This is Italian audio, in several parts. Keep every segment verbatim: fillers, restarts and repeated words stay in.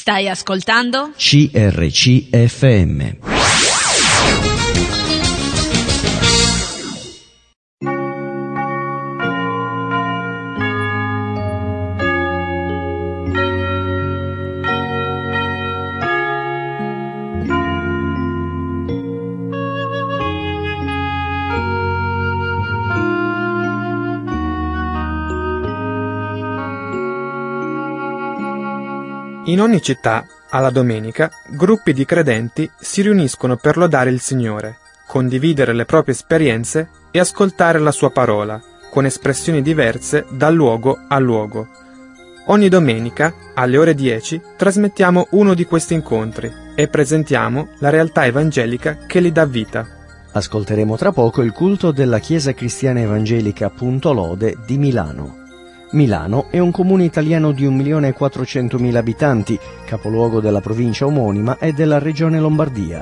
Stai ascoltando C R C F M. In ogni città, alla domenica, gruppi di credenti si riuniscono per lodare il Signore, condividere le proprie esperienze e ascoltare la sua parola, con espressioni diverse da luogo a luogo. Ogni domenica, alle ore dieci, trasmettiamo uno di questi incontri e presentiamo la realtà evangelica che li dà vita. Ascolteremo tra poco il culto della Chiesa Cristiana Evangelica Punto Lode di Milano. Milano è un comune italiano di un milione e quattrocentomila abitanti, capoluogo della provincia omonima e della regione Lombardia.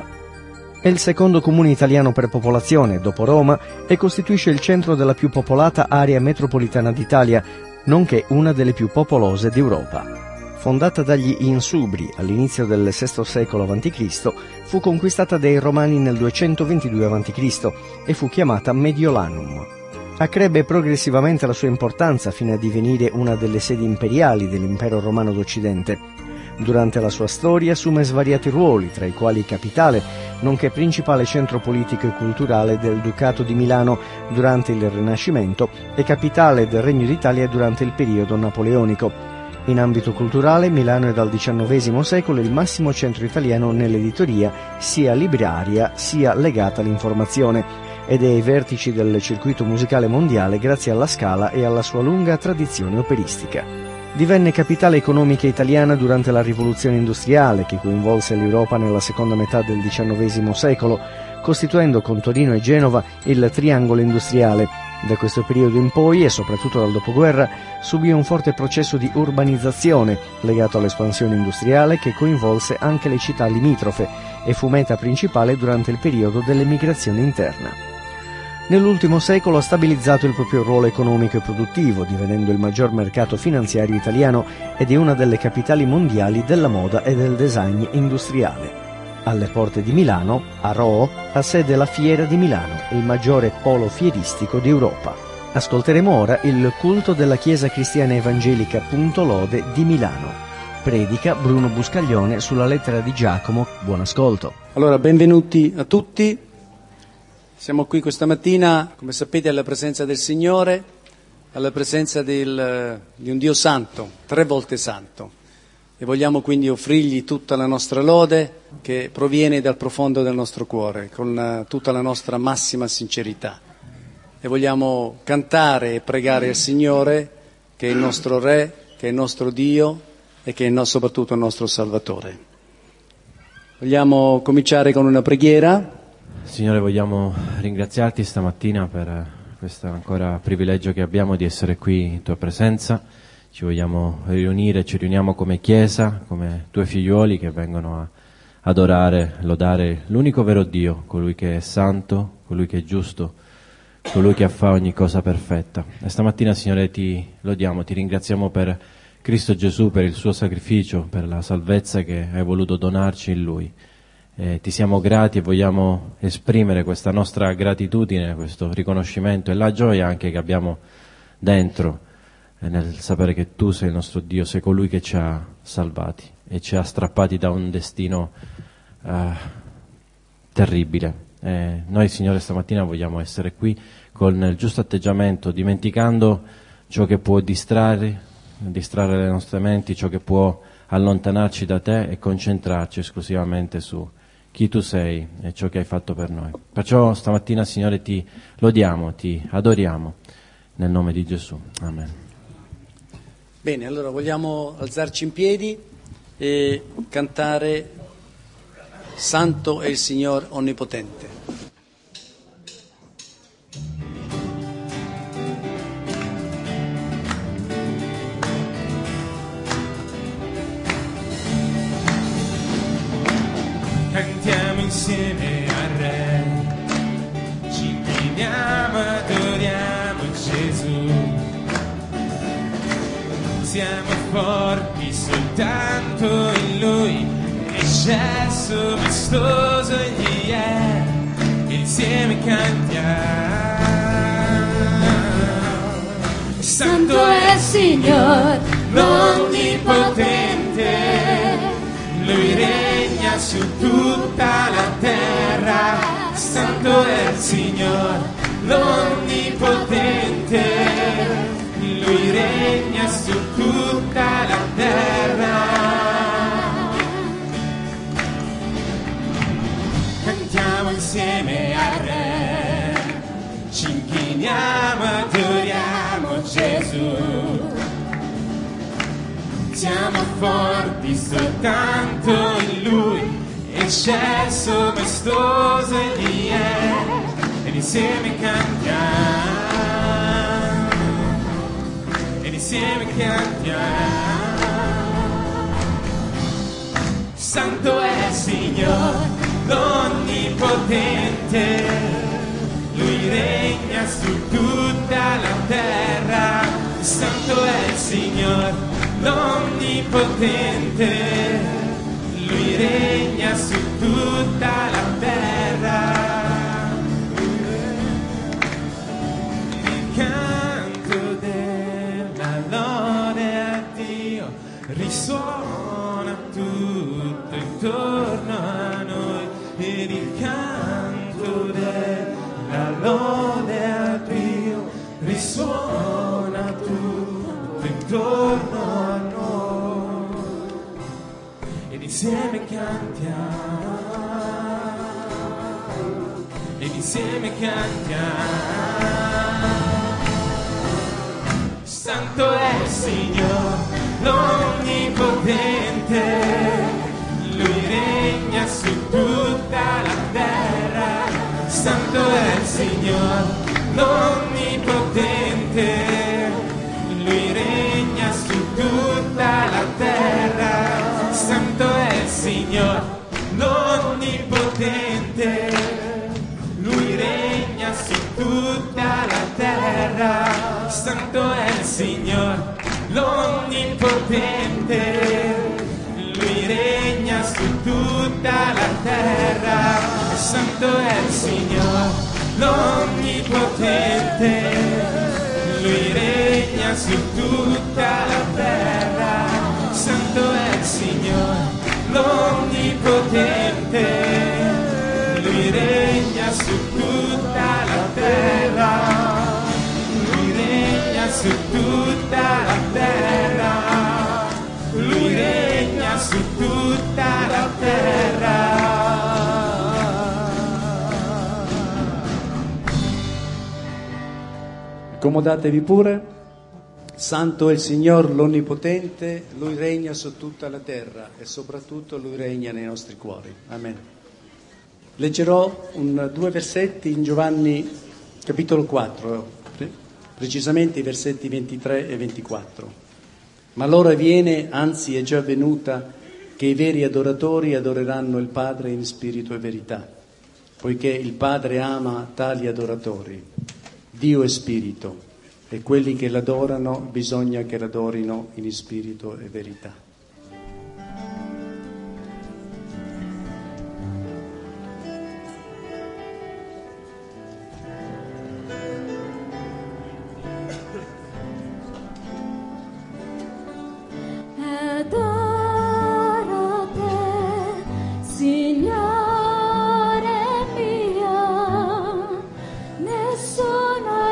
È il secondo comune italiano per popolazione, dopo Roma, e costituisce il centro della più popolata area metropolitana d'Italia, nonché una delle più popolose d'Europa. Fondata dagli Insubri all'inizio del sesto secolo avanti Cristo, fu conquistata dai Romani nel duecentoventidue avanti Cristo e fu chiamata Mediolanum. Accrebbe progressivamente la sua importanza fino a divenire una delle sedi imperiali dell'impero romano d'Occidente. Durante la sua storia assume svariati ruoli, tra i quali capitale, nonché principale centro politico e culturale del Ducato di Milano durante il Rinascimento e capitale del Regno d'Italia durante il periodo napoleonico. In ambito culturale, Milano è dal diciannovesimo secolo il massimo centro italiano nell'editoria, sia libraria sia legata all'informazione, ed è ai vertici del circuito musicale mondiale grazie alla Scala e alla sua lunga tradizione operistica. Divenne capitale economica italiana durante la rivoluzione industriale che coinvolse l'Europa nella seconda metà del diciannovesimo secolo, costituendo con Torino e Genova il triangolo industriale. Da questo periodo in poi, e soprattutto dal dopoguerra, subì un forte processo di urbanizzazione legato all'espansione industriale che coinvolse anche le città limitrofe e fu meta principale durante il periodo dell'emigrazione interna. Nell'ultimo secolo ha stabilizzato il proprio ruolo economico e produttivo, divenendo il maggior mercato finanziario italiano ed è una delle capitali mondiali della moda e del design industriale. Alle porte di Milano, a Rho, ha sede la Fiera di Milano, il maggiore polo fieristico d'Europa. Ascolteremo ora il culto della Chiesa Cristiana Evangelica Punto Lode di Milano. Predica Bruno Buscaglione sulla lettera di Giacomo. Buon ascolto. Allora, benvenuti a tutti. Siamo qui questa mattina, come sapete, alla presenza del Signore, alla presenza del, di un Dio santo, tre volte santo. E vogliamo quindi offrirgli tutta la nostra lode che proviene dal profondo del nostro cuore, con tutta la nostra massima sincerità. E vogliamo cantare e pregare al Signore, che è il nostro Re, che è il nostro Dio e che è no, soprattutto il nostro Salvatore. Vogliamo cominciare con una preghiera. Signore, vogliamo ringraziarti stamattina per questo ancora privilegio che abbiamo di essere qui in tua presenza. Ci vogliamo riunire, ci riuniamo come Chiesa, come tuoi figliuoli che vengono a adorare, lodare l'unico vero Dio, colui che è santo, colui che è giusto, colui che fa ogni cosa perfetta. E stamattina, Signore, ti lodiamo, ti ringraziamo per Cristo Gesù, per il suo sacrificio, per la salvezza che hai voluto donarci in Lui. Eh, ti siamo grati e vogliamo esprimere questa nostra gratitudine, questo riconoscimento e la gioia anche che abbiamo dentro eh, nel sapere che tu sei il nostro Dio, sei colui che ci ha salvati e ci ha strappati da un destino eh, terribile. Eh, noi, Signore, stamattina vogliamo essere qui con il giusto atteggiamento, dimenticando ciò che può distrarre, distrarre le nostre menti, ciò che può allontanarci da te e concentrarci esclusivamente su chi tu sei e ciò che hai fatto per noi. Perciò stamattina, Signore, ti lodiamo, ti adoriamo, nel nome di Gesù. Amen. Bene, allora vogliamo alzarci in piedi e cantare Santo è il Signore Onnipotente. Cantiamo insieme al Re, ci incliniamo, adoriamo Gesù. Siamo forti soltanto in Lui. Lui, eccesso maestoso Egli è, e insieme cantiamo. Santo è il Signore, l'Onnipotente, Lui regna su tutta la terra. Santo è il Signore, l'Onnipotente, Lui regna su tutta la terra. Cantiamo insieme al Re, ci inchiniamo, adoriamo Gesù. Siamo forti soltanto in Lui, eccesso maestoso Egli è, ed insieme cantiamo, ed insieme cantiamo. Santo è il Signore, l'Onnipotente, Lui regna su tutta la terra. Santo è il Signore, l'Onnipotente, Lui regna su tutta la terra. Il canto della lode a Dio risuona tutto intorno a noi, ed il canto della lode a Dio risuona tutto intorno a noi, ed insieme cantiamo, ed insieme cantiamo. Santo è il Signore, l'Onnipotente, Lui regna su tutta la terra. Santo è il Signore, l'Onnipotente, Lui regna su tutta la terra. Santo è il Signore, l'Onnipotente, Lui regna su tutta la terra. Santo è il Signore, l'Onnipotente, Lui regna su tutta la terra. Santo è il Signore, l'Onnipotente, Lui regna su tutta la terra. Santo è il Signore, l'Onnipotente, Lui regna su tutta la terra. Lui regna su tutta la terra. Lui regna su tutta la terra. Accomodatevi pure. Santo è il Signore l'Onnipotente, Lui regna su tutta la terra e soprattutto Lui regna nei nostri cuori. Amen. Leggerò un, due versetti in Giovanni capitolo quattro, precisamente i versetti ventitré e ventiquattro. Ma l'ora viene, anzi è già venuta, che i veri adoratori adoreranno il Padre in spirito e verità, poiché il Padre ama tali adoratori. Dio è spirito, e quelli che l'adorano bisogna che l'adorino in spirito e verità.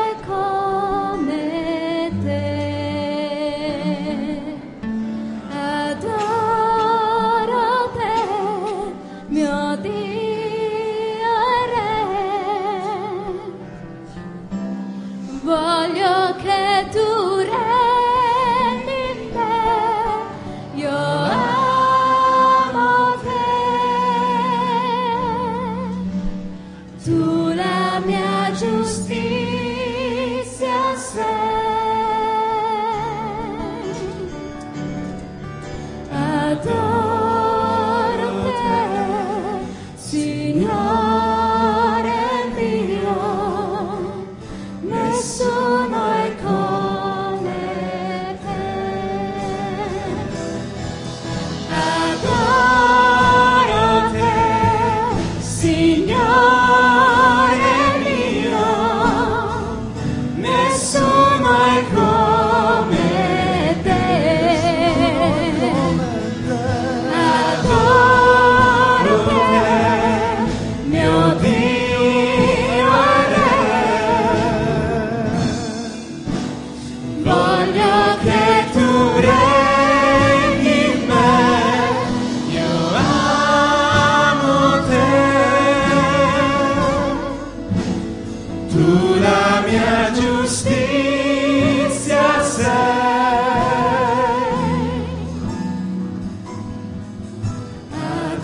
Adoro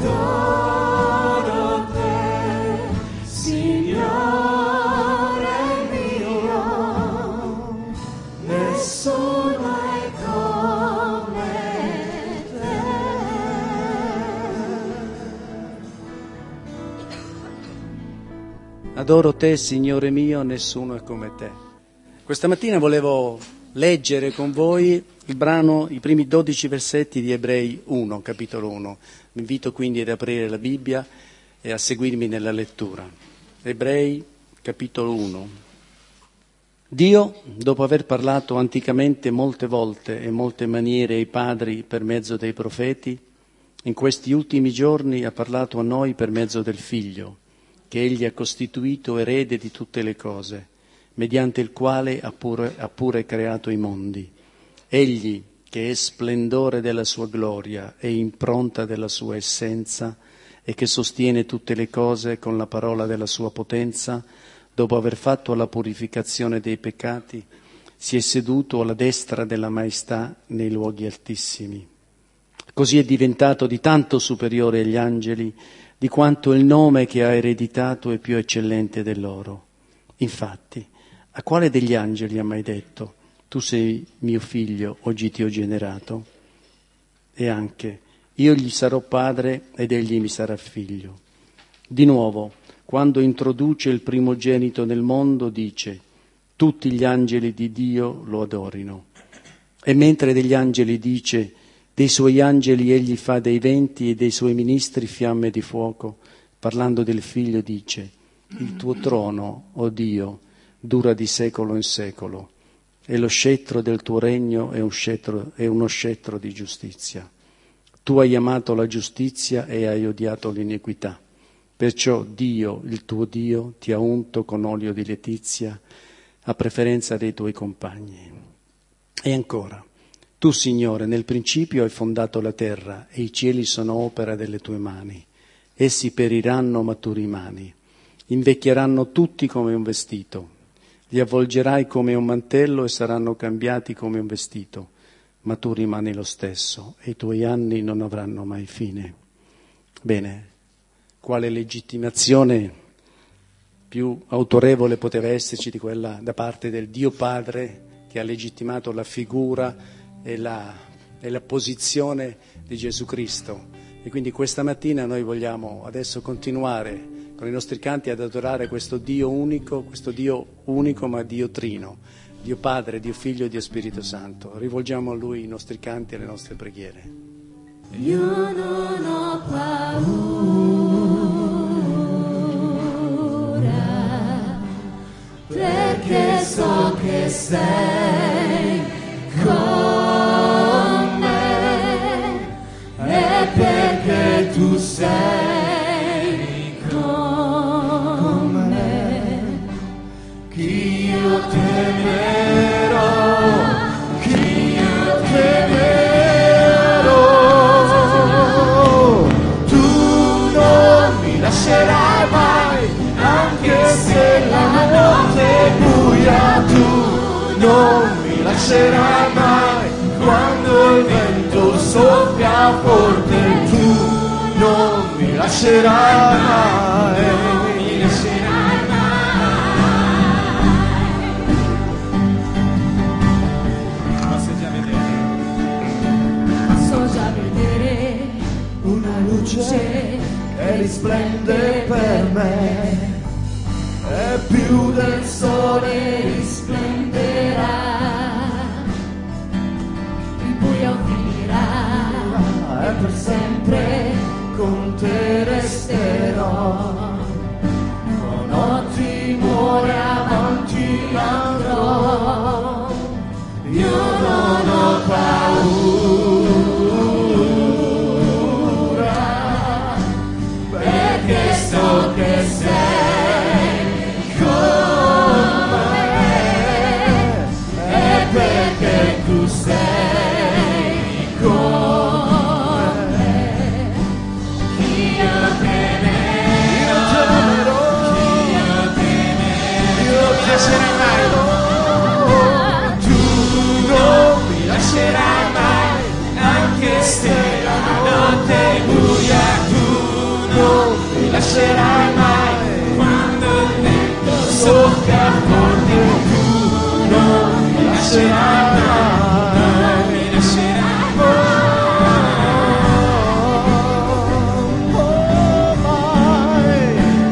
adoro te, Signore mio, nessuno è come te. Adoro te, Signore mio, nessuno è come te. Questa mattina volevo leggere con voi il brano, i primi dodici versetti di Ebrei uno, capitolo uno. Vi invito quindi ad aprire la Bibbia e a seguirmi nella lettura. Ebrei, capitolo uno. Dio, dopo aver parlato anticamente molte volte e molte maniere ai padri per mezzo dei profeti, in questi ultimi giorni ha parlato a noi per mezzo del Figlio, che Egli ha costituito erede di tutte le cose, mediante il quale ha pure, ha pure creato i mondi. Egli, che è splendore della sua gloria e impronta della sua essenza, e che sostiene tutte le cose con la parola della sua potenza, dopo aver fatto la purificazione dei peccati, si è seduto alla destra della maestà nei luoghi altissimi. Così è diventato di tanto superiore agli angeli, di quanto il nome che ha ereditato è più eccellente del loro. Infatti, a quale degli angeli ha mai detto: tu sei mio figlio, oggi ti ho generato? E anche, io gli sarò padre ed egli mi sarà figlio. Di nuovo, quando introduce il primogenito nel mondo, dice: tutti gli angeli di Dio lo adorino. E mentre degli angeli dice: dei suoi angeli egli fa dei venti e dei suoi ministri fiamme di fuoco, parlando del figlio dice: il tuo trono, o Dio, dura di secolo in secolo, e lo scettro del tuo regno è, un scettro, è uno scettro di giustizia. Tu hai amato la giustizia e hai odiato l'iniquità. Perciò Dio, il tuo Dio, ti ha unto con olio di letizia a preferenza dei tuoi compagni. E ancora, tu, Signore, nel principio hai fondato la terra e i cieli sono opera delle tue mani. Essi periranno, ma tu rimani. Invecchieranno tutti come un vestito. Li avvolgerai come un mantello e saranno cambiati come un vestito, ma tu rimani lo stesso e i tuoi anni non avranno mai fine. Bene, quale legittimazione più autorevole poteva esserci di quella da parte del Dio Padre che ha legittimato la figura e la, e la posizione di Gesù Cristo. E quindi questa mattina noi vogliamo adesso continuare con i nostri canti ad adorare questo Dio unico, questo Dio unico ma Dio trino, Dio Padre, Dio Figlio e Dio Spirito Santo. Rivolgiamo a Lui i nostri canti e le nostre preghiere. Io non ho paura, perché so che sei con me, e perché tu sei temerò, chi io temerò, tu non mi lascerai mai, anche se la notte è buia, tu non mi lascerai mai, quando il vento soffia forte, tu non mi lascerai mai. Che risplende per me, e più del sole risplenderà, il buio finirà, e per sempre con te resterò, con oggi muore avanti andrò, io non ho paura. So che sei con me, e perché tu sei con me, lascerai mai, quando il vento soffia forte, tu non mi lascerai mai, non mi lascerai mai,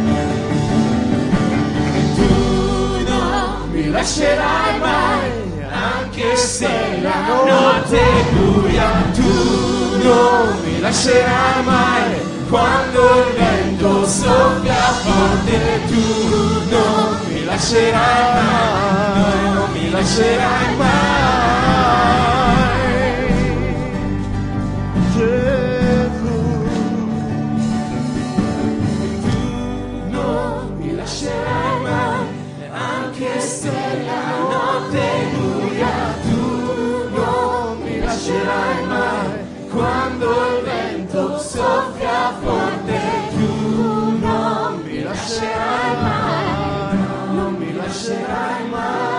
tu non mi lascerai mai, anche se la notte è buia, tu non mi lascerai mai, quando il vento soffia forte, tu non mi lascerai mai, non mi lascerai mai, Gesù, tu non mi lascerai mai, anche se la notte è buia, tu non mi lascerai mai, quando il vento soffia forte, tu non mi lascerai mai, non mi lascerai mai.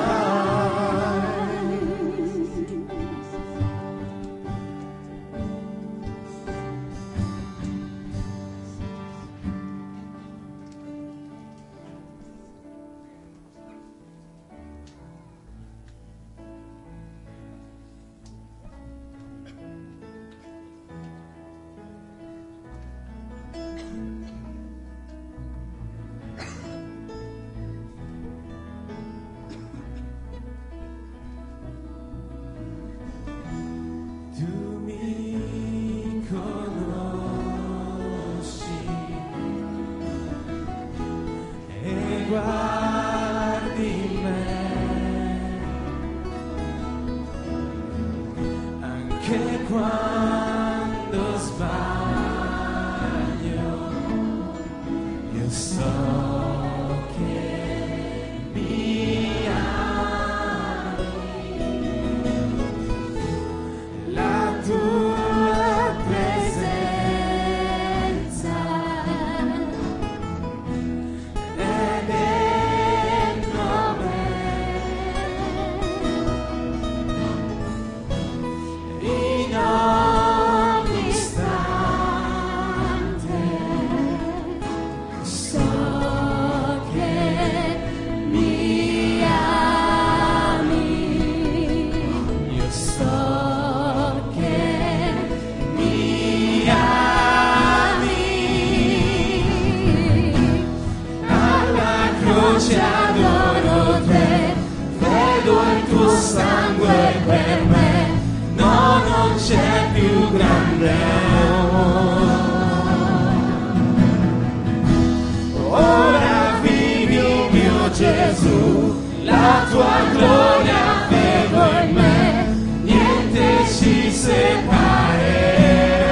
Guardi me, anche quando sbaglio, io so che mi ami, la tua presenza adoro te, vedo il tuo sangue per me, no, non c'è più grande amore. Ora vivi, mio Gesù, la tua gloria vedo in me, niente ci separerà.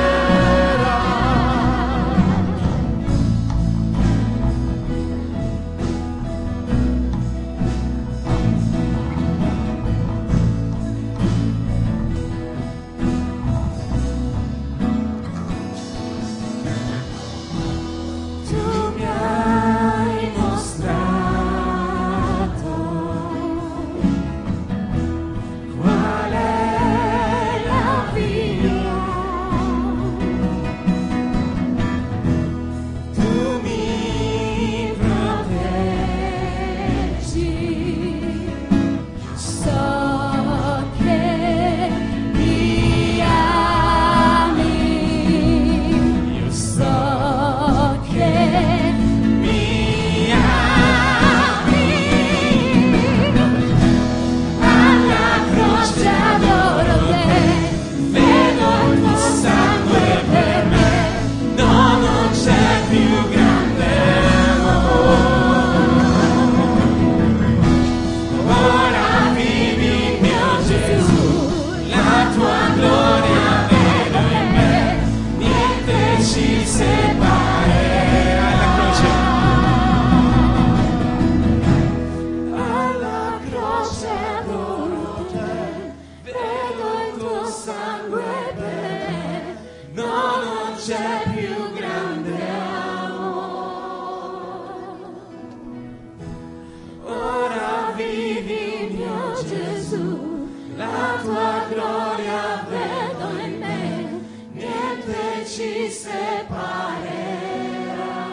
La tua gloria vedo in me, niente ci separerà.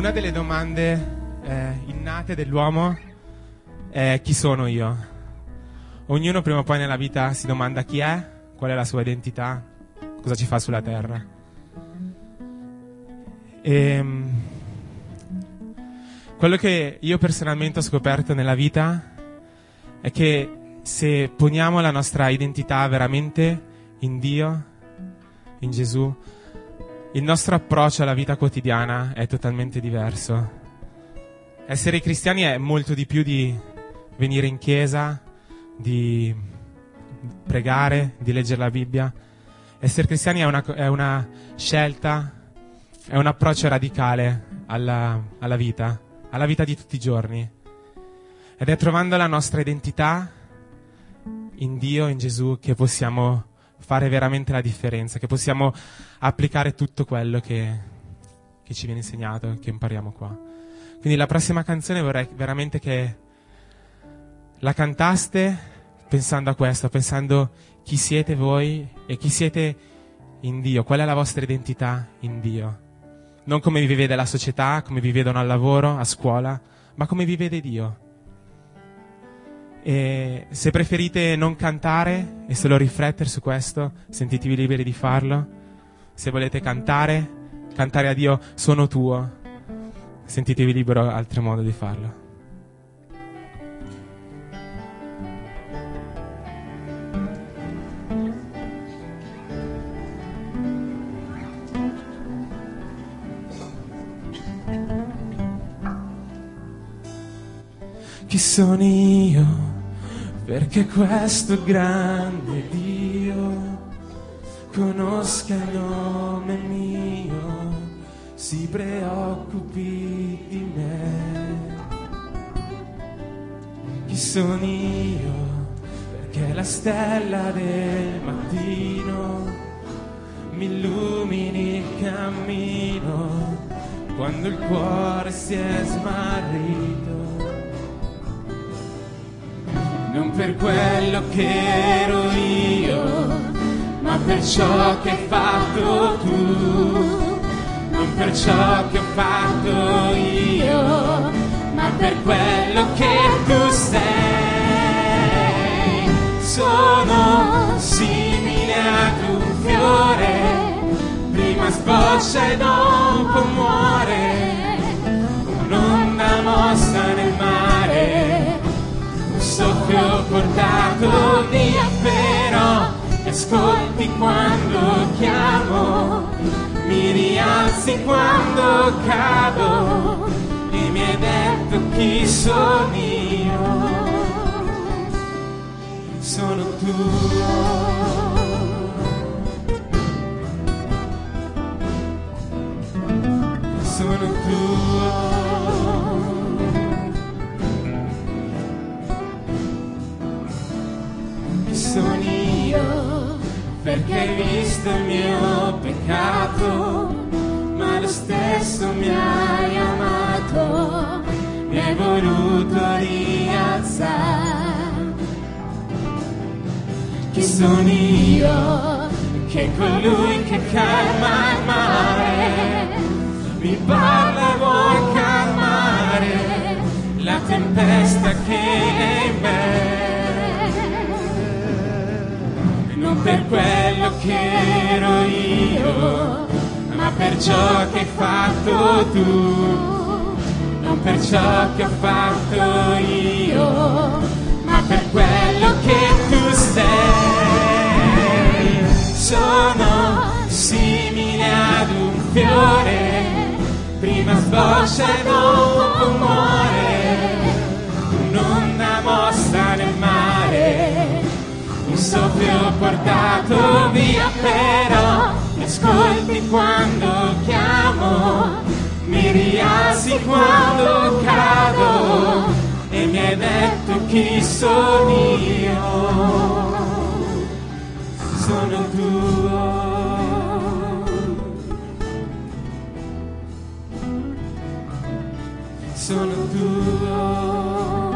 Una delle domande eh, innate dell'uomo è: chi sono io? Ognuno prima o poi nella vita si domanda chi è, qual è la sua identità, cosa ci fa sulla terra. E quello che io personalmente ho scoperto nella vita è che se poniamo la nostra identità veramente in Dio, in Gesù, il nostro approccio alla vita quotidiana è totalmente diverso. Essere cristiani è molto di più di venire in chiesa, di pregare, di leggere la Bibbia. Essere cristiani è una, è una scelta, è un approccio radicale alla, alla vita, alla vita di tutti i giorni. Ed è trovando la nostra identità in Dio, in Gesù, che possiamo fare veramente la differenza, che possiamo applicare tutto quello che, che ci viene insegnato, che impariamo qua. Quindi la prossima canzone vorrei veramente che la cantaste pensando a questo, pensando chi siete voi e chi siete in Dio, qual è la vostra identità in Dio. Non come vi vede la società, come vi vedono al lavoro, a scuola, ma come vi vede Dio. E se preferite non cantare e solo riflettere su questo, sentitevi liberi di farlo. Se volete cantare, cantare a Dio sono tuo, sentitevi libero altro modo di farlo. Chi sono io? Perché questo grande Dio conosca il nome mio, si preoccupi di me. Chi sono io? Perché la stella del mattino mi illumini il cammino quando il cuore si è smarrito. Non per quello che ero io, ma per ciò che hai fatto tu. Non per ciò che ho fatto io, ma per quello che tu sei. Sono simile ad un fiore, prima sboccia e dopo muore, un'onda mossa nel mare, soffio portato via, però mi ascolti quando chiamo, mi rialzi quando cado e mi hai detto chi sono io. Sono tuo. Sono tuo. Sono io, perché hai visto il mio peccato, ma lo stesso mi hai amato, mi hai voluto rialzare. Chi sono io, che colui che calma il mare, mi parla e vuoi calmare la tempesta che è in me. Non per quello che ero io, ma per ciò che hai fatto tu. Non per ciò che ho fatto io, ma per quello che tu sei. Sono simile ad un fiore, prima sboccia e dopo muore, un'onda mossa nel mare, un soffio portato via, però mi ascolti quando chiamo, mi rialzi quando cado e mi hai detto chi sono io. Sono tuo. Sono tuo.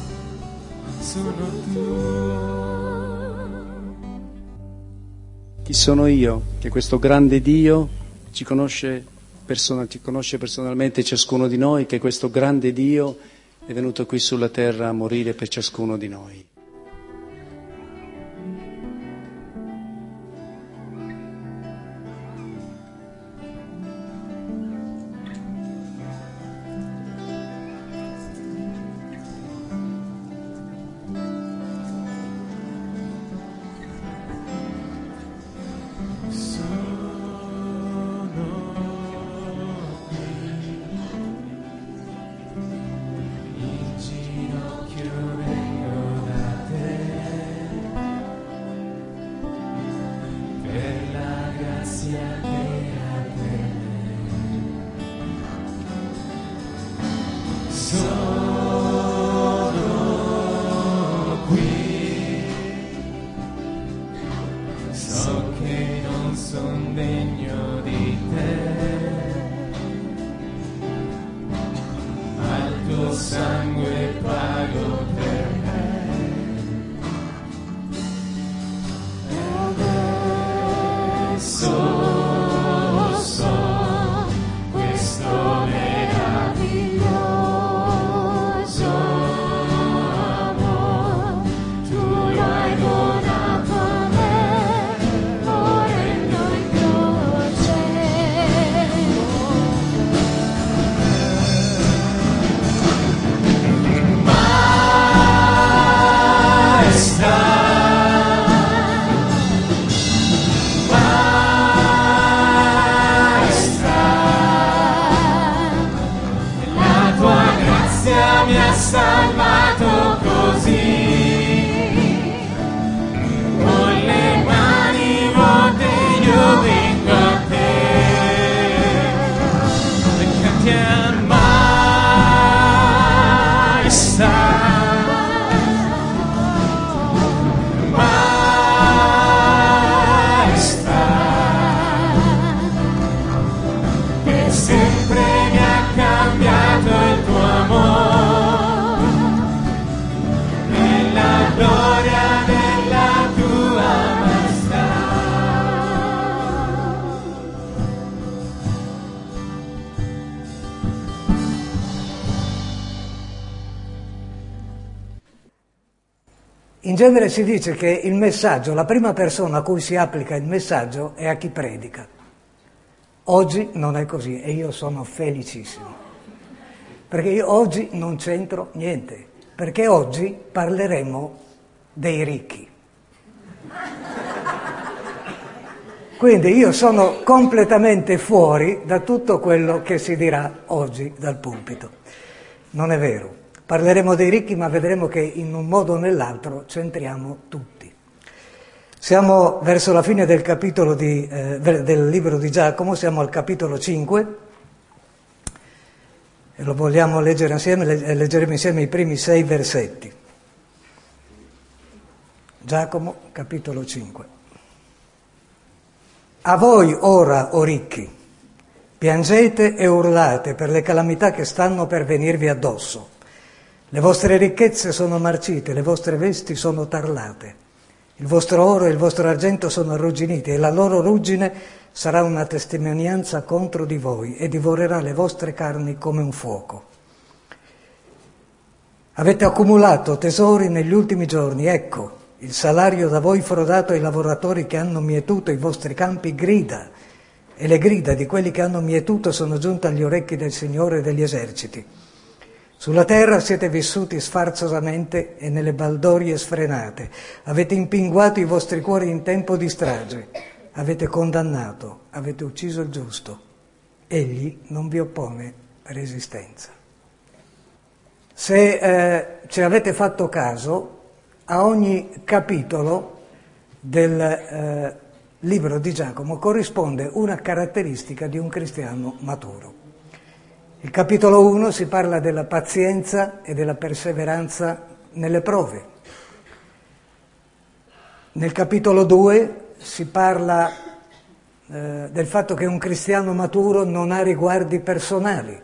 Sono tuo. chi sono io, che questo grande Dio ci conosce, persona, ci conosce personalmente ciascuno di noi, che questo grande Dio è venuto qui sulla terra a morire per ciascuno di noi. In genere si dice che il messaggio, la prima persona a cui si applica il messaggio è a chi predica. Oggi non è così e io sono felicissimo, perché io oggi non c'entro niente, perché oggi parleremo dei ricchi. Quindi io sono completamente fuori da tutto quello che si dirà oggi dal pulpito. Non è vero. Parleremo dei ricchi, ma vedremo che in un modo o nell'altro c'entriamo tutti. Siamo verso la fine del capitolo di, eh, del libro di Giacomo, siamo al capitolo cinque, e lo vogliamo leggere insieme, leggeremo insieme i primi sei versetti. Giacomo, capitolo cinque. A voi ora, o ricchi, piangete e urlate per le calamità che stanno per venirvi addosso. Le vostre ricchezze sono marcite, le vostre vesti sono tarlate. Il vostro oro e il vostro argento sono arrugginiti e la loro ruggine sarà una testimonianza contro di voi e divorerà le vostre carni come un fuoco. Avete accumulato tesori negli ultimi giorni, ecco, il salario da voi frodato ai lavoratori che hanno mietuto i vostri campi grida, e le grida di quelli che hanno mietuto sono giunte agli orecchi del Signore degli eserciti. Sulla terra siete vissuti sfarzosamente e nelle baldorie sfrenate. Avete impinguato i vostri cuori in tempo di strage. Avete condannato, avete ucciso il giusto. Egli non vi oppone resistenza. Se eh, ci avete fatto caso, a ogni capitolo del eh, libro di Giacomo corrisponde una caratteristica di un cristiano maturo. Il capitolo uno si parla della pazienza e della perseveranza nelle prove. Nel capitolo due si parla eh, del fatto che un cristiano maturo non ha riguardi personali.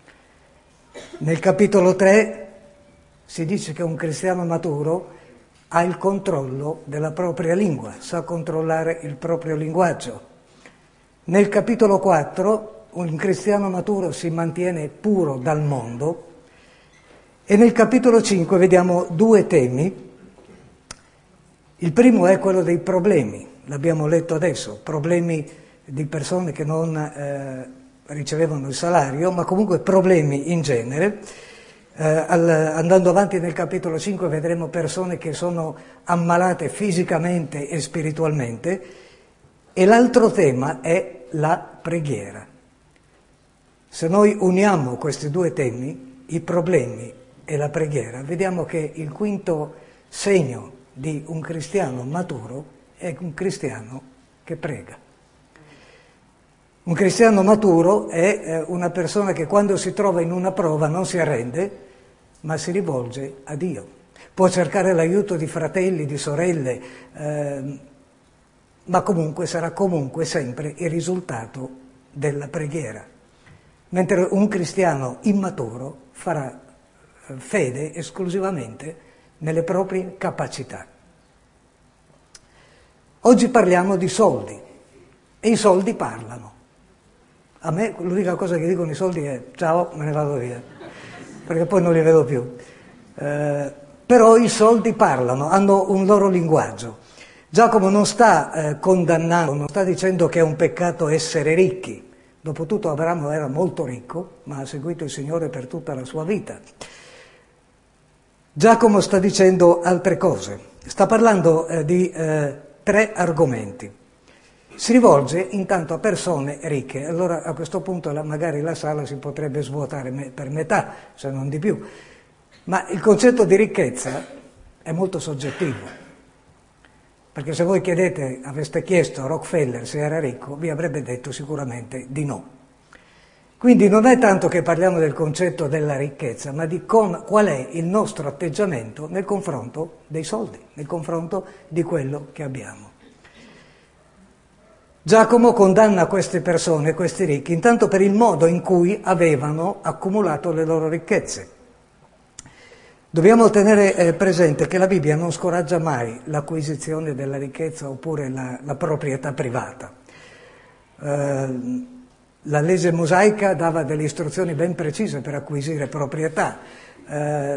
Nel capitolo tre si dice che un cristiano maturo ha il controllo della propria lingua, sa controllare il proprio linguaggio. Nel capitolo quattro un cristiano maturo si mantiene puro dal mondo e nel capitolo cinque vediamo due temi. Il primo è quello dei problemi, l'abbiamo letto adesso, problemi di persone che non eh, ricevevano il salario, ma comunque problemi in genere. Eh, al, andando avanti nel capitolo cinque vedremo persone che sono ammalate fisicamente e spiritualmente, e l'altro tema è la preghiera. Se noi uniamo questi due temi, i problemi e la preghiera, vediamo che il quinto segno di un cristiano maturo è un cristiano che prega. Un cristiano maturo è una persona che quando si trova in una prova non si arrende, ma si rivolge a Dio. Può cercare l'aiuto di fratelli, di sorelle, eh, ma comunque sarà comunque sempre il risultato della preghiera. Mentre un cristiano immaturo farà fede esclusivamente nelle proprie capacità. Oggi parliamo di soldi e i soldi parlano. A me l'unica cosa che dicono i soldi è ciao, me ne vado via, perché poi non li vedo più. Eh, però i soldi parlano, hanno un loro linguaggio. Giacomo non sta eh, condannando, non sta dicendo che è un peccato essere ricchi. Dopotutto Abramo era molto ricco, ma ha seguito il Signore per tutta la sua vita. Giacomo sta dicendo altre cose. Sta parlando eh, di eh, tre argomenti. Si rivolge intanto a persone ricche, allora a questo punto la, magari la sala si potrebbe svuotare me, per metà, se non di più, ma il concetto di ricchezza è molto soggettivo, perché se voi chiedete, aveste chiesto a Rockefeller se era ricco, vi avrebbe detto sicuramente di no. Quindi non è tanto che parliamo del concetto della ricchezza, ma di con, qual è il nostro atteggiamento nel confronto dei soldi, nel confronto di quello che abbiamo. Giacomo condanna queste persone, questi ricchi, intanto per il modo in cui avevano accumulato le loro ricchezze. Dobbiamo tenere eh, presente che la Bibbia non scoraggia mai l'acquisizione della ricchezza oppure la, la proprietà privata. Eh, la legge mosaica dava delle istruzioni ben precise per acquisire proprietà. Eh,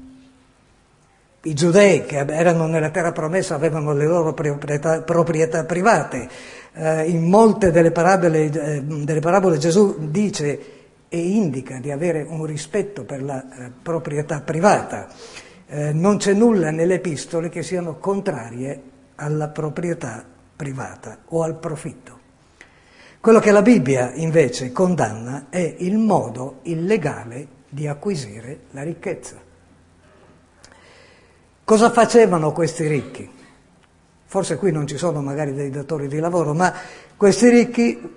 I giudei che erano nella terra promessa avevano le loro proprietà, proprietà private. Eh, in molte delle parabole, eh, delle parabole Gesù dice e indica di avere un rispetto per la eh, proprietà privata. Eh, non c'è nulla nelle epistole che siano contrarie alla proprietà privata o al profitto. Quello che la Bibbia invece condanna è il modo illegale di acquisire la ricchezza. Cosa facevano questi ricchi? Forse qui non ci sono magari dei datori di lavoro, ma questi ricchi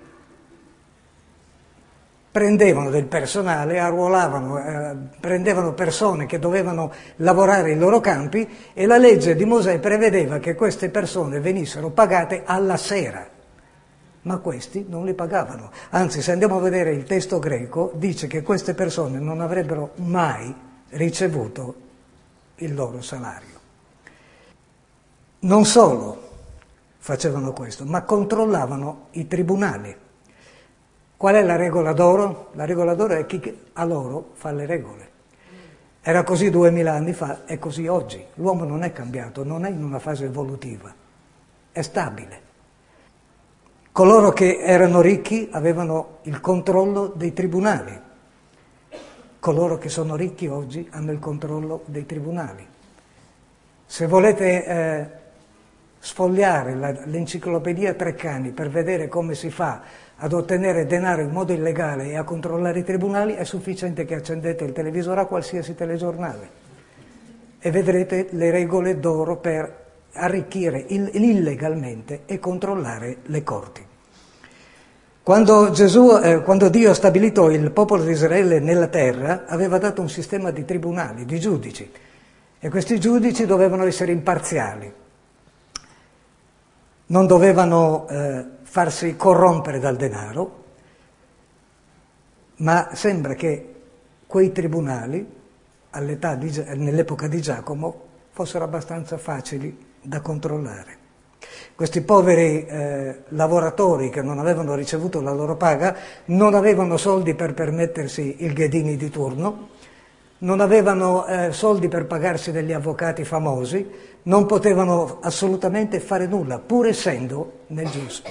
prendevano del personale, arruolavano, eh, prendevano persone che dovevano lavorare i loro campi e la legge di Mosè prevedeva che queste persone venissero pagate alla sera, ma questi non li pagavano. Anzi, se andiamo a vedere il testo greco, dice che queste persone non avrebbero mai ricevuto il loro salario. Non solo facevano questo, ma controllavano i tribunali. Qual è la regola d'oro? La regola d'oro è chi a loro fa le regole. Era così duemila anni fa, è così oggi. L'uomo non è cambiato, non è in una fase evolutiva, è stabile. Coloro che erano ricchi avevano il controllo dei tribunali. Coloro che sono ricchi oggi hanno il controllo dei tribunali. Se volete eh, sfogliare la, l'enciclopedia Treccani per vedere come si fa ad ottenere denaro in modo illegale e a controllare i tribunali, è sufficiente che accendete il televisore a qualsiasi telegiornale e vedrete le regole d'oro per arricchire il, illegalmente e controllare le corti. Quando, Gesù, eh, quando Dio ha stabilito il popolo di Israele nella terra, aveva dato un sistema di tribunali, di giudici, e questi giudici dovevano essere imparziali. Non dovevano eh, farsi corrompere dal denaro, ma sembra che quei tribunali, all'età di, nell'epoca di Giacomo, fossero abbastanza facili da controllare. Questi poveri eh, lavoratori che non avevano ricevuto la loro paga non avevano soldi per permettersi il ghedini di turno, non avevano eh, soldi per pagarsi degli avvocati famosi, non potevano assolutamente fare nulla, pur essendo nel giusto.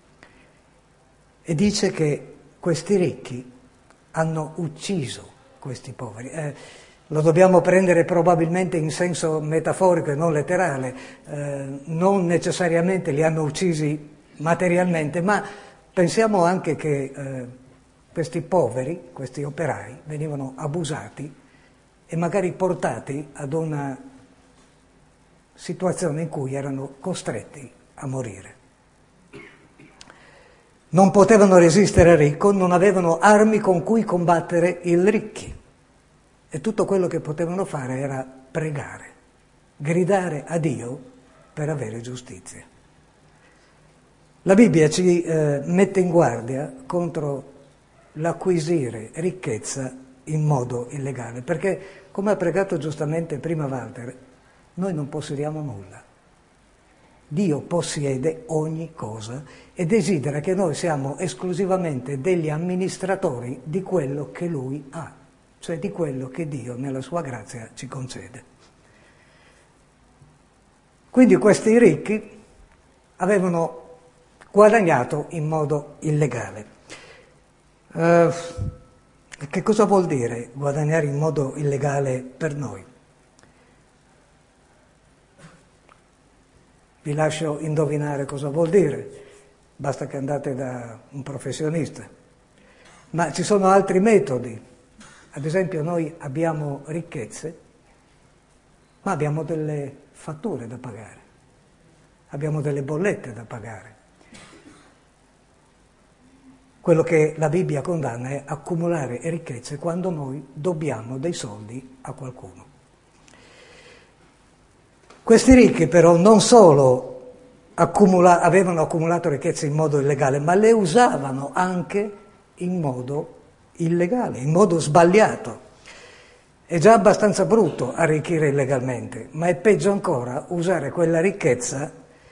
E dice che questi ricchi hanno ucciso questi poveri. Eh, lo dobbiamo prendere probabilmente in senso metaforico e non letterale, eh, non necessariamente li hanno uccisi materialmente, ma pensiamo anche che eh, questi poveri, questi operai, venivano abusati e magari portati ad una situazione in cui erano costretti a morire. Non potevano resistere al ricco, non avevano armi con cui combattere il ricchi. E tutto quello che potevano fare era pregare, gridare a Dio per avere giustizia. La Bibbia ci eh, mette in guardia contro l'acquisire ricchezza in modo illegale, perché, come ha pregato giustamente prima Walter, noi non possediamo nulla. Dio possiede ogni cosa e desidera che noi siamo esclusivamente degli amministratori di quello che Lui ha, cioè di quello che Dio nella sua grazia ci concede. Quindi questi ricchi avevano guadagnato in modo illegale. Uh, che cosa vuol dire guadagnare in modo illegale per noi? Vi lascio indovinare cosa vuol dire, basta che andate da un professionista. Ma ci sono altri metodi. Ad esempio noi abbiamo ricchezze, ma abbiamo delle fatture da pagare, abbiamo delle bollette da pagare. Quello che la Bibbia condanna è accumulare ricchezze quando noi dobbiamo dei soldi a qualcuno. Questi ricchi però non solo accumula- avevano accumulato ricchezze in modo illegale, ma le usavano anche in modo illegale, in modo sbagliato. È già abbastanza brutto arricchire illegalmente, ma è peggio ancora usare quella ricchezza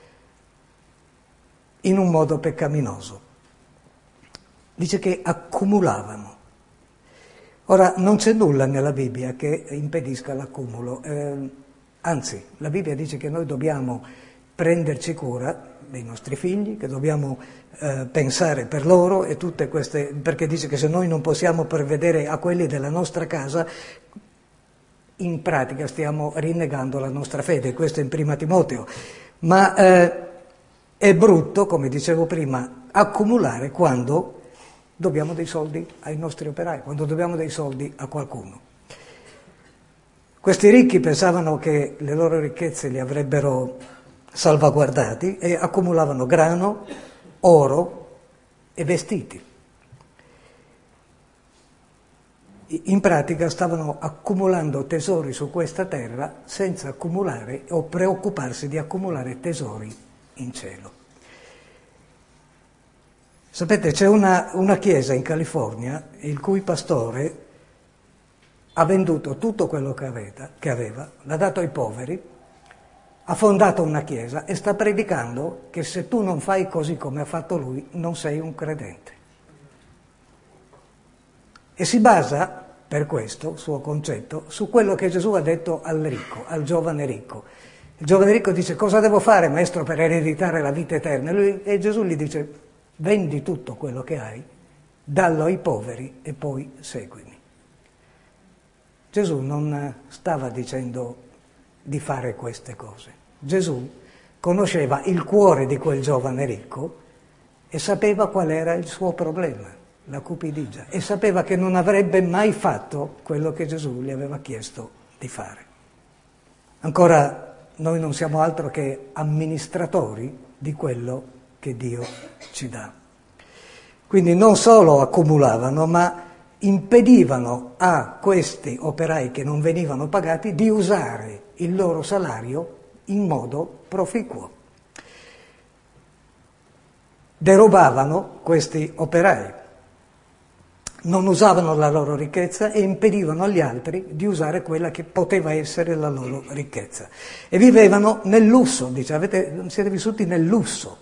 in un modo peccaminoso. Dice che accumulavano. Ora, non c'è nulla nella Bibbia che impedisca l'accumulo, eh, anzi, la Bibbia dice che noi dobbiamo prenderci cura dei nostri figli, che dobbiamo eh, pensare per loro e tutte queste, perché dice che se noi non possiamo provvedere a quelli della nostra casa, in pratica stiamo rinnegando la nostra fede, questo è in Prima Timoteo. Ma eh, è brutto, come dicevo prima, accumulare quando dobbiamo dei soldi ai nostri operai, quando dobbiamo dei soldi a qualcuno. Questi ricchi pensavano che le loro ricchezze li avrebbero salvaguardati e accumulavano grano, oro e vestiti. In pratica stavano accumulando tesori su questa terra senza accumulare o preoccuparsi di accumulare tesori in cielo. Sapete, c'è una, una chiesa in California il cui pastore ha venduto tutto quello che aveva, che aveva, l'ha dato ai poveri, ha fondato una chiesa e sta predicando che se tu non fai così come ha fatto lui, non sei un credente. E si basa, per questo suo concetto, su quello che Gesù ha detto al ricco, al giovane ricco. Il giovane ricco dice: cosa devo fare, maestro, per ereditare la vita eterna? E, lui, e Gesù gli dice: vendi tutto quello che hai, dallo ai poveri e poi seguimi. Gesù non stava dicendo di fare queste cose. Gesù conosceva il cuore di quel giovane ricco e sapeva qual era il suo problema, la cupidigia, e sapeva che non avrebbe mai fatto quello che Gesù gli aveva chiesto di fare. Ancora, noi non siamo altro che amministratori di quello che Dio ci dà. Quindi non solo accumulavano, ma impedivano a questi operai che non venivano pagati di usare il loro salario in modo proficuo. Derubavano questi operai. non usavano la loro ricchezza e impedivano agli altri di usare quella che poteva essere la loro ricchezza. E vivevano nel lusso, dice, avete, siete vissuti nel lusso.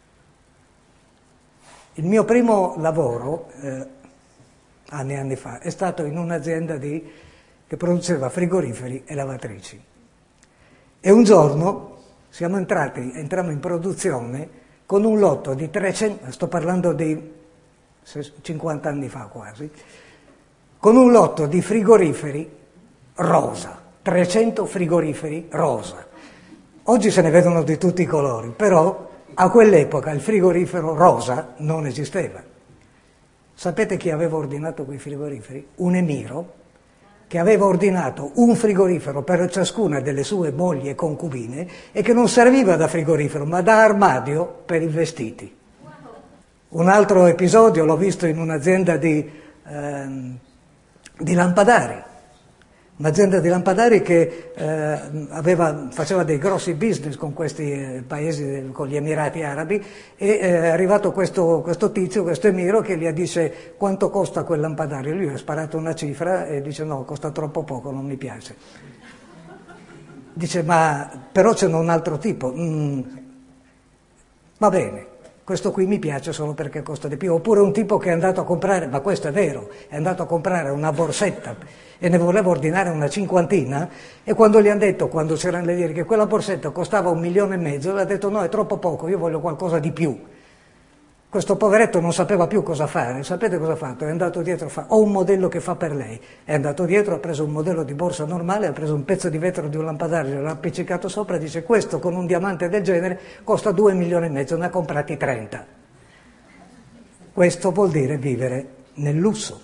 Il mio primo lavoro, eh, anni e anni fa, è stato in un'azienda di, che produceva frigoriferi e lavatrici. E un giorno siamo entrati, entriamo in produzione con un lotto di trecento, sto parlando di cinquanta anni fa quasi, con un lotto di frigoriferi rosa, trecento frigoriferi rosa. Oggi se ne vedono di tutti i colori, però a quell'epoca il frigorifero rosa non esisteva. Sapete chi aveva ordinato quei frigoriferi? Un emiro che aveva ordinato un frigorifero per ciascuna delle sue mogli e concubine e che non serviva da frigorifero ma da armadio per i vestiti. Un altro episodio l'ho visto in un'azienda di, ehm, di lampadari, un'azienda di lampadari che eh, aveva, faceva dei grossi business con questi eh, paesi, con gli Emirati Arabi, e eh, è arrivato questo, questo tizio, questo emiro, che gli dice: quanto costa quel lampadario? Lui ha sparato una cifra e dice: no, costa troppo poco, non mi piace. Dice: ma però c'è un altro tipo. Mm, va bene. Questo qui mi piace solo perché costa di più. Oppure un tipo che è andato a comprare, ma questo è vero, è andato a comprare una borsetta e ne voleva ordinare una cinquantina, e quando gli hanno detto, quando c'erano le lire, che quella borsetta costava un milione e mezzo, gli ha detto: no, è troppo poco, io voglio qualcosa di più. Questo poveretto non sapeva più cosa fare. Sapete cosa ha fatto? È andato dietro, fa, ho un modello che fa per lei. È andato dietro, ha preso un modello di borsa normale, ha preso un pezzo di vetro di un lampadario, l'ha appiccicato sopra e dice: questo con un diamante del genere costa due milioni e mezzo, ne ha comprati trenta. Questo vuol dire vivere nel lusso.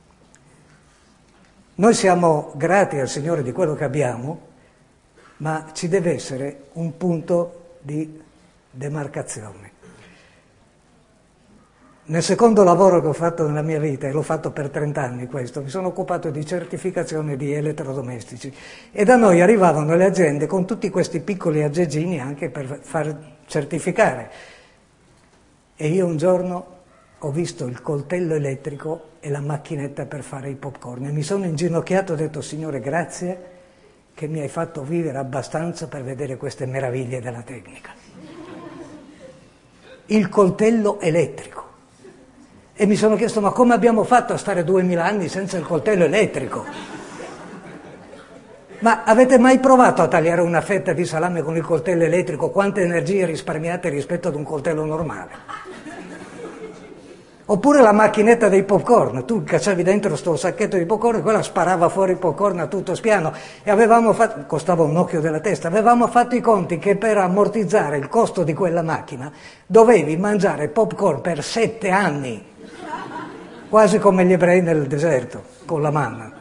Noi siamo grati al Signore di quello che abbiamo, ma ci deve essere un punto di demarcazione. Nel secondo lavoro che ho fatto nella mia vita, e l'ho fatto per trent'anni questo, mi sono occupato di certificazione di elettrodomestici, e da noi arrivavano le aziende con tutti questi piccoli aggeggini anche per far certificare. E io un giorno ho visto il coltello elettrico e la macchinetta per fare i popcorn e mi sono inginocchiato e ho detto: Signore, grazie che mi hai fatto vivere abbastanza per vedere queste meraviglie della tecnica. Il coltello elettrico. E mi sono chiesto: ma come abbiamo fatto a stare duemila anni senza il coltello elettrico? Ma avete mai provato a tagliare una fetta di salame con il coltello elettrico? Quante energie risparmiate rispetto ad un coltello normale? Oppure la macchinetta dei popcorn, tu cacciavi dentro sto sacchetto di popcorn e quella sparava fuori il popcorn a tutto spiano, e avevamo fatto, costava un occhio della testa, avevamo fatto i conti che per ammortizzare il costo di quella macchina dovevi mangiare popcorn per sette anni, quasi come gli ebrei nel deserto, con la manna.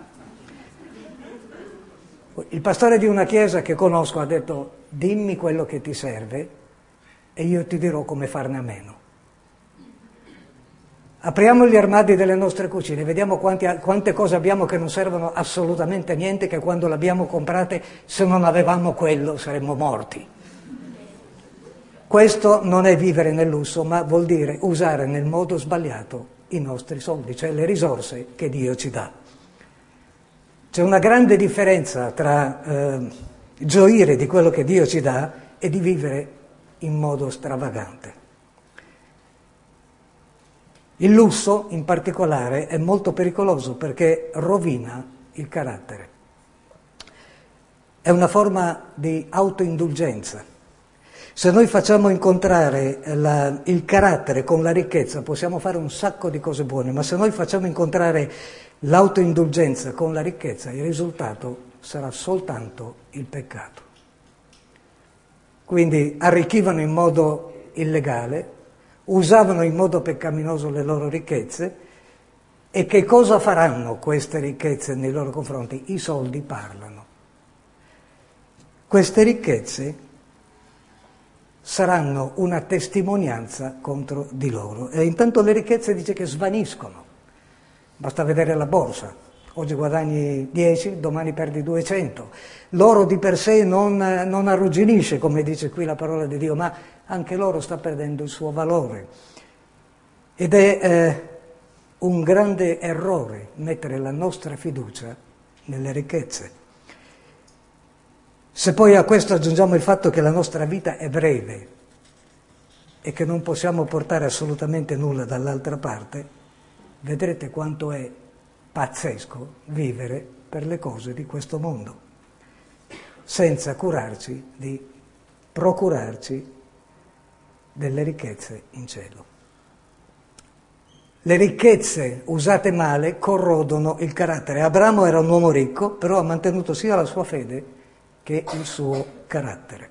Il pastore di una chiesa che conosco ha detto: dimmi quello che ti serve e io ti dirò come farne a meno. Apriamo gli armadi delle nostre cucine, vediamo quanti, quante cose abbiamo che non servono assolutamente a niente, che quando l'abbiamo comprate, se non avevamo quello, saremmo morti. Questo non è vivere nel lusso, ma vuol dire usare nel modo sbagliato i nostri soldi, cioè le risorse che Dio ci dà. C'è una grande differenza tra eh, gioire di quello che Dio ci dà e di vivere in modo stravagante. Il lusso, in particolare, è molto pericoloso perché rovina il carattere. È una forma di autoindulgenza. Se noi facciamo incontrare la, il carattere con la ricchezza, possiamo fare un sacco di cose buone, ma se noi facciamo incontrare l'autoindulgenza con la ricchezza, il risultato sarà soltanto il peccato. Quindi arricchivano in modo illegale, usavano in modo peccaminoso le loro ricchezze, e che cosa faranno queste ricchezze nei loro confronti? I soldi parlano. Queste ricchezze saranno una testimonianza contro di loro. E intanto le ricchezze dice che svaniscono. Basta vedere la borsa. Oggi guadagni dieci, domani perdi duecento. L'oro di per sé non, non arrugginisce, come dice qui la parola di Dio, ma anche l'oro sta perdendo il suo valore. Ed è, eh, un grande errore mettere la nostra fiducia nelle ricchezze. Se poi a questo aggiungiamo il fatto che la nostra vita è breve e che non possiamo portare assolutamente nulla dall'altra parte, vedrete quanto è pazzesco vivere per le cose di questo mondo, senza curarci di procurarci delle ricchezze in cielo. Le ricchezze usate male corrodono il carattere. Abramo era un uomo ricco, però ha mantenuto sia la sua fede che il suo carattere.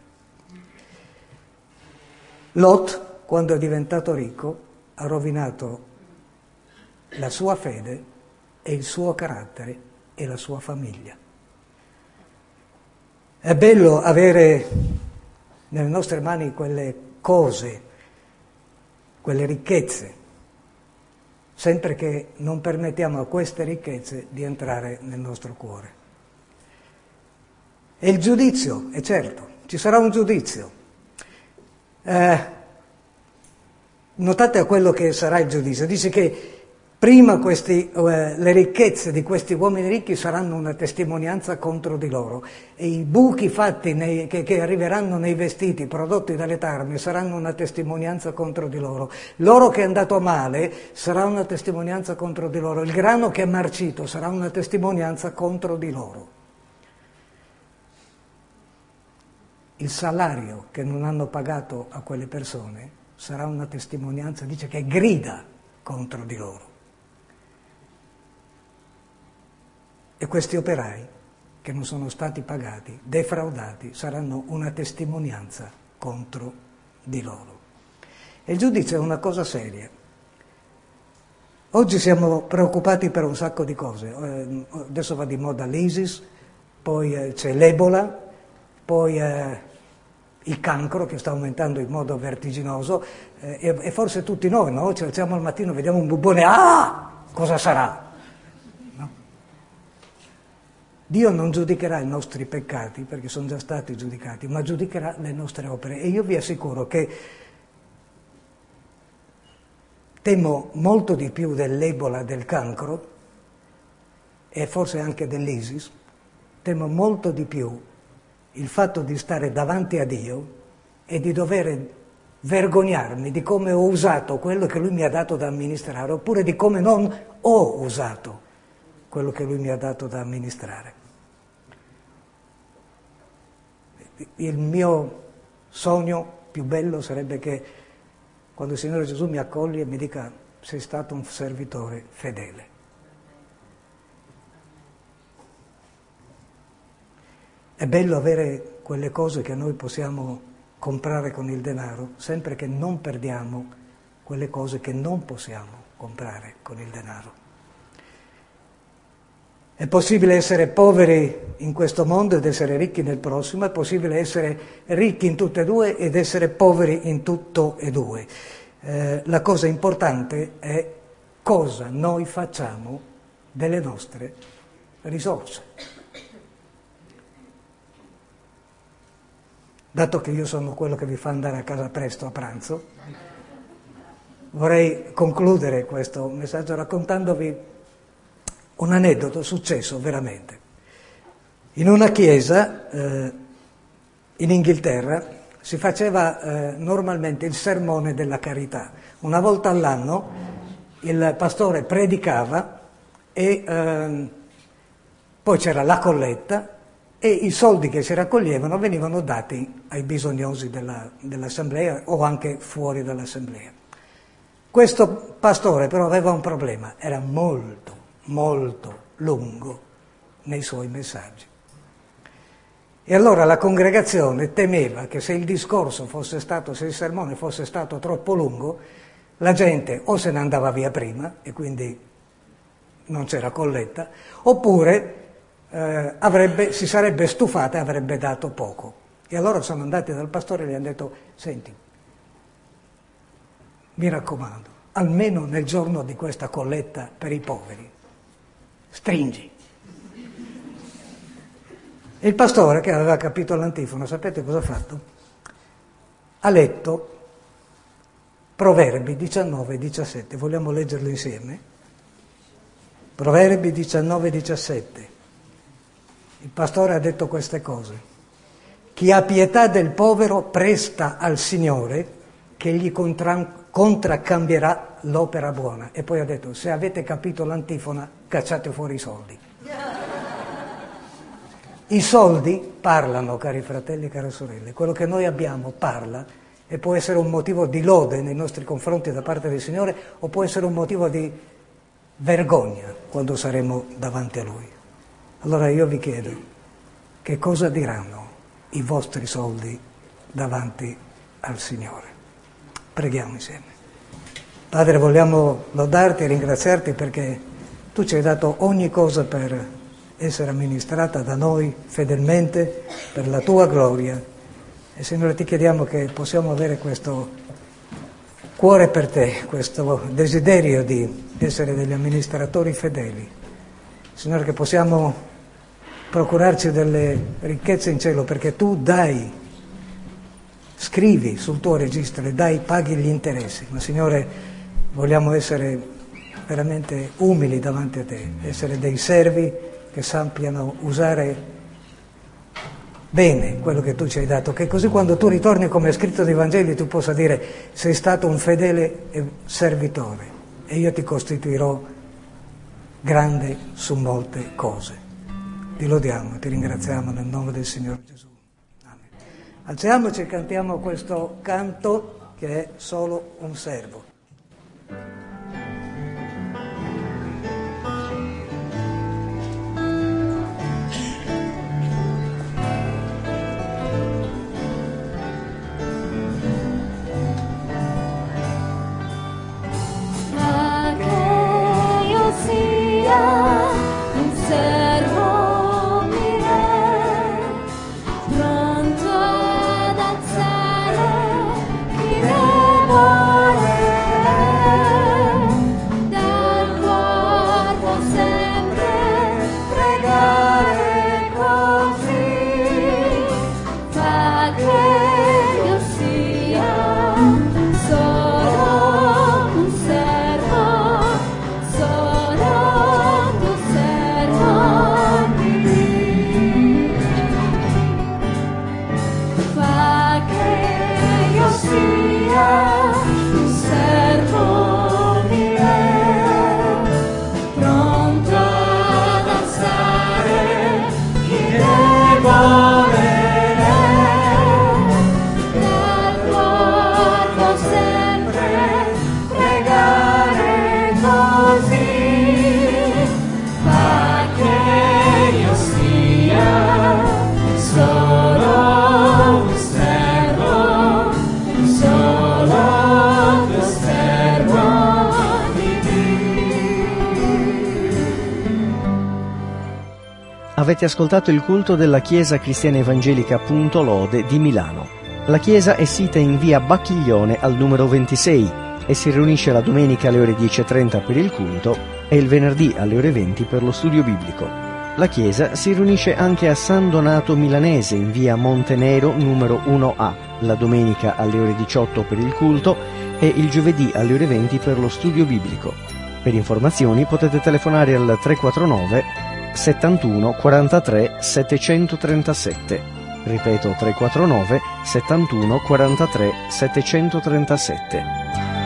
Lot, quando è diventato ricco, ha rovinato la sua fede e il suo carattere e la sua famiglia. È bello avere nelle nostre mani quelle cose, quelle ricchezze, sempre che non permettiamo a queste ricchezze di entrare nel nostro cuore. E il giudizio, è certo, ci sarà un giudizio. Eh, notate a quello che sarà il giudizio. Dice che prima questi, eh, le ricchezze di questi uomini ricchi saranno una testimonianza contro di loro, e i buchi fatti nei, che, che arriveranno nei vestiti prodotti dalle tarme saranno una testimonianza contro di loro. L'oro che è andato male sarà una testimonianza contro di loro. Il grano che è marcito sarà una testimonianza contro di loro. Il salario che non hanno pagato a quelle persone sarà una testimonianza, dice, che grida contro di loro. E questi operai che non sono stati pagati, defraudati, saranno una testimonianza contro di loro. E il giudizio è una cosa seria. Oggi siamo preoccupati per un sacco di cose. Eh, adesso va di moda l'ISIS, poi eh, c'è l'Ebola, poi eh, il cancro che sta aumentando in modo vertiginoso, eh, e, e forse tutti noi, no? Ci alziamo al mattino, vediamo un bubbone, ah, cosa sarà? No? Dio non giudicherà i nostri peccati, perché sono già stati giudicati, ma giudicherà le nostre opere. E io vi assicuro che temo molto di più dell'Ebola, del cancro, e forse anche dell'ISIS, temo molto di più il fatto di stare davanti a Dio e di dover vergognarmi di come ho usato quello che Lui mi ha dato da amministrare, oppure di come non ho usato quello che Lui mi ha dato da amministrare. Il mio sogno più bello sarebbe che quando il Signore Gesù mi accoglie mi dica: sei stato un servitore fedele. È bello avere quelle cose che noi possiamo comprare con il denaro, sempre che non perdiamo quelle cose che non possiamo comprare con il denaro. È possibile essere poveri in questo mondo ed essere ricchi nel prossimo, è possibile essere ricchi in tutte e due ed essere poveri in tutto e due. Eh, la cosa importante è cosa noi facciamo delle nostre risorse. Dato che io sono quello che vi fa andare a casa presto a pranzo, vorrei concludere questo messaggio raccontandovi un aneddoto successo veramente. In una chiesa eh, in Inghilterra si faceva eh, normalmente il sermone della carità. Una volta all'anno il pastore predicava e eh, poi c'era la colletta, e i soldi che si raccoglievano venivano dati ai bisognosi della, dell'assemblea o anche fuori dall'assemblea. Questo pastore però aveva un problema, era molto, molto lungo nei suoi messaggi. E allora la congregazione temeva che se il discorso fosse stato, se il sermone fosse stato troppo lungo, la gente o se ne andava via prima e quindi non c'era colletta, oppure Eh, avrebbe, si sarebbe stufata e avrebbe dato poco. E allora sono andati dal pastore e gli hanno detto: senti, mi raccomando, almeno nel giorno di questa colletta per i poveri, stringi. E il pastore, che aveva capito l'antifona, sapete cosa ha fatto? Ha letto Proverbi diciannove diciassette, vogliamo leggerlo insieme? Proverbi diciannove diciassette. Il pastore ha detto queste cose. Chi ha pietà del povero presta al Signore che gli contra- contraccambierà l'opera buona. E poi ha detto, se avete capito l'antifona, cacciate fuori i soldi. I soldi parlano, cari fratelli e care sorelle. Quello che noi abbiamo parla e può essere un motivo di lode nei nostri confronti da parte del Signore o può essere un motivo di vergogna quando saremo davanti a Lui. Allora io vi chiedo, che cosa diranno i vostri soldi davanti al Signore? Preghiamo insieme. Padre, vogliamo lodarti e ringraziarti perché tu ci hai dato ogni cosa per essere amministrata da noi fedelmente per la tua gloria. E Signore ti chiediamo che possiamo avere questo cuore per te, questo desiderio di essere degli amministratori fedeli. Signore, che possiamo procurarci delle ricchezze in cielo perché tu dai, scrivi sul tuo registro e dai, paghi gli interessi. Ma Signore, vogliamo essere veramente umili davanti a te, essere dei servi che sappiano usare bene quello che tu ci hai dato, che così quando tu ritorni, come è scritto nei Vangeli, tu possa dire sei stato un fedele servitore e io ti costituirò grande su molte cose. Ti lodiamo e ti ringraziamo nel nome del Signore Gesù. Amen. Alziamoci e cantiamo questo canto che è Solo un servo. Avete ascoltato il culto della Chiesa Cristiana Evangelica Punto Lode di Milano. La chiesa è sita in via Bacchiglione al numero ventisei e si riunisce la domenica alle ore dieci e trenta per il culto e il venerdì alle ore venti per lo studio biblico. La chiesa si riunisce anche a San Donato Milanese in via Montenero numero uno A, la domenica alle ore diciotto per il culto e il giovedì alle ore venti per lo studio biblico. Per informazioni potete telefonare al tre quattro nove settantuno quarantatré settecentotrentasette. Ripeto, tre quattro nove settantuno quarantatré settecentotrentasette.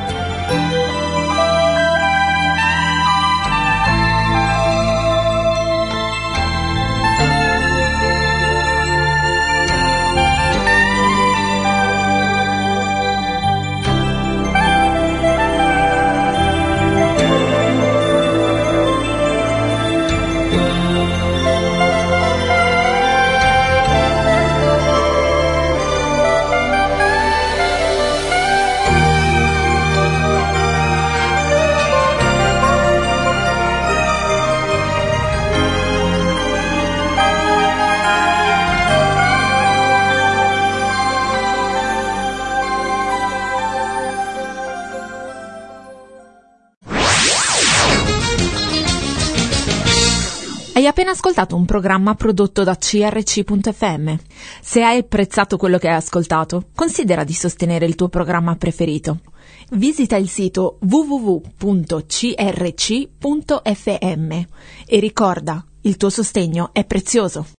Hai appena ascoltato un programma prodotto da C R C punto F M. Se hai apprezzato quello che hai ascoltato, considera di sostenere il tuo programma preferito. Visita il sito w w w punto c r c punto f m e ricorda, il tuo sostegno è prezioso.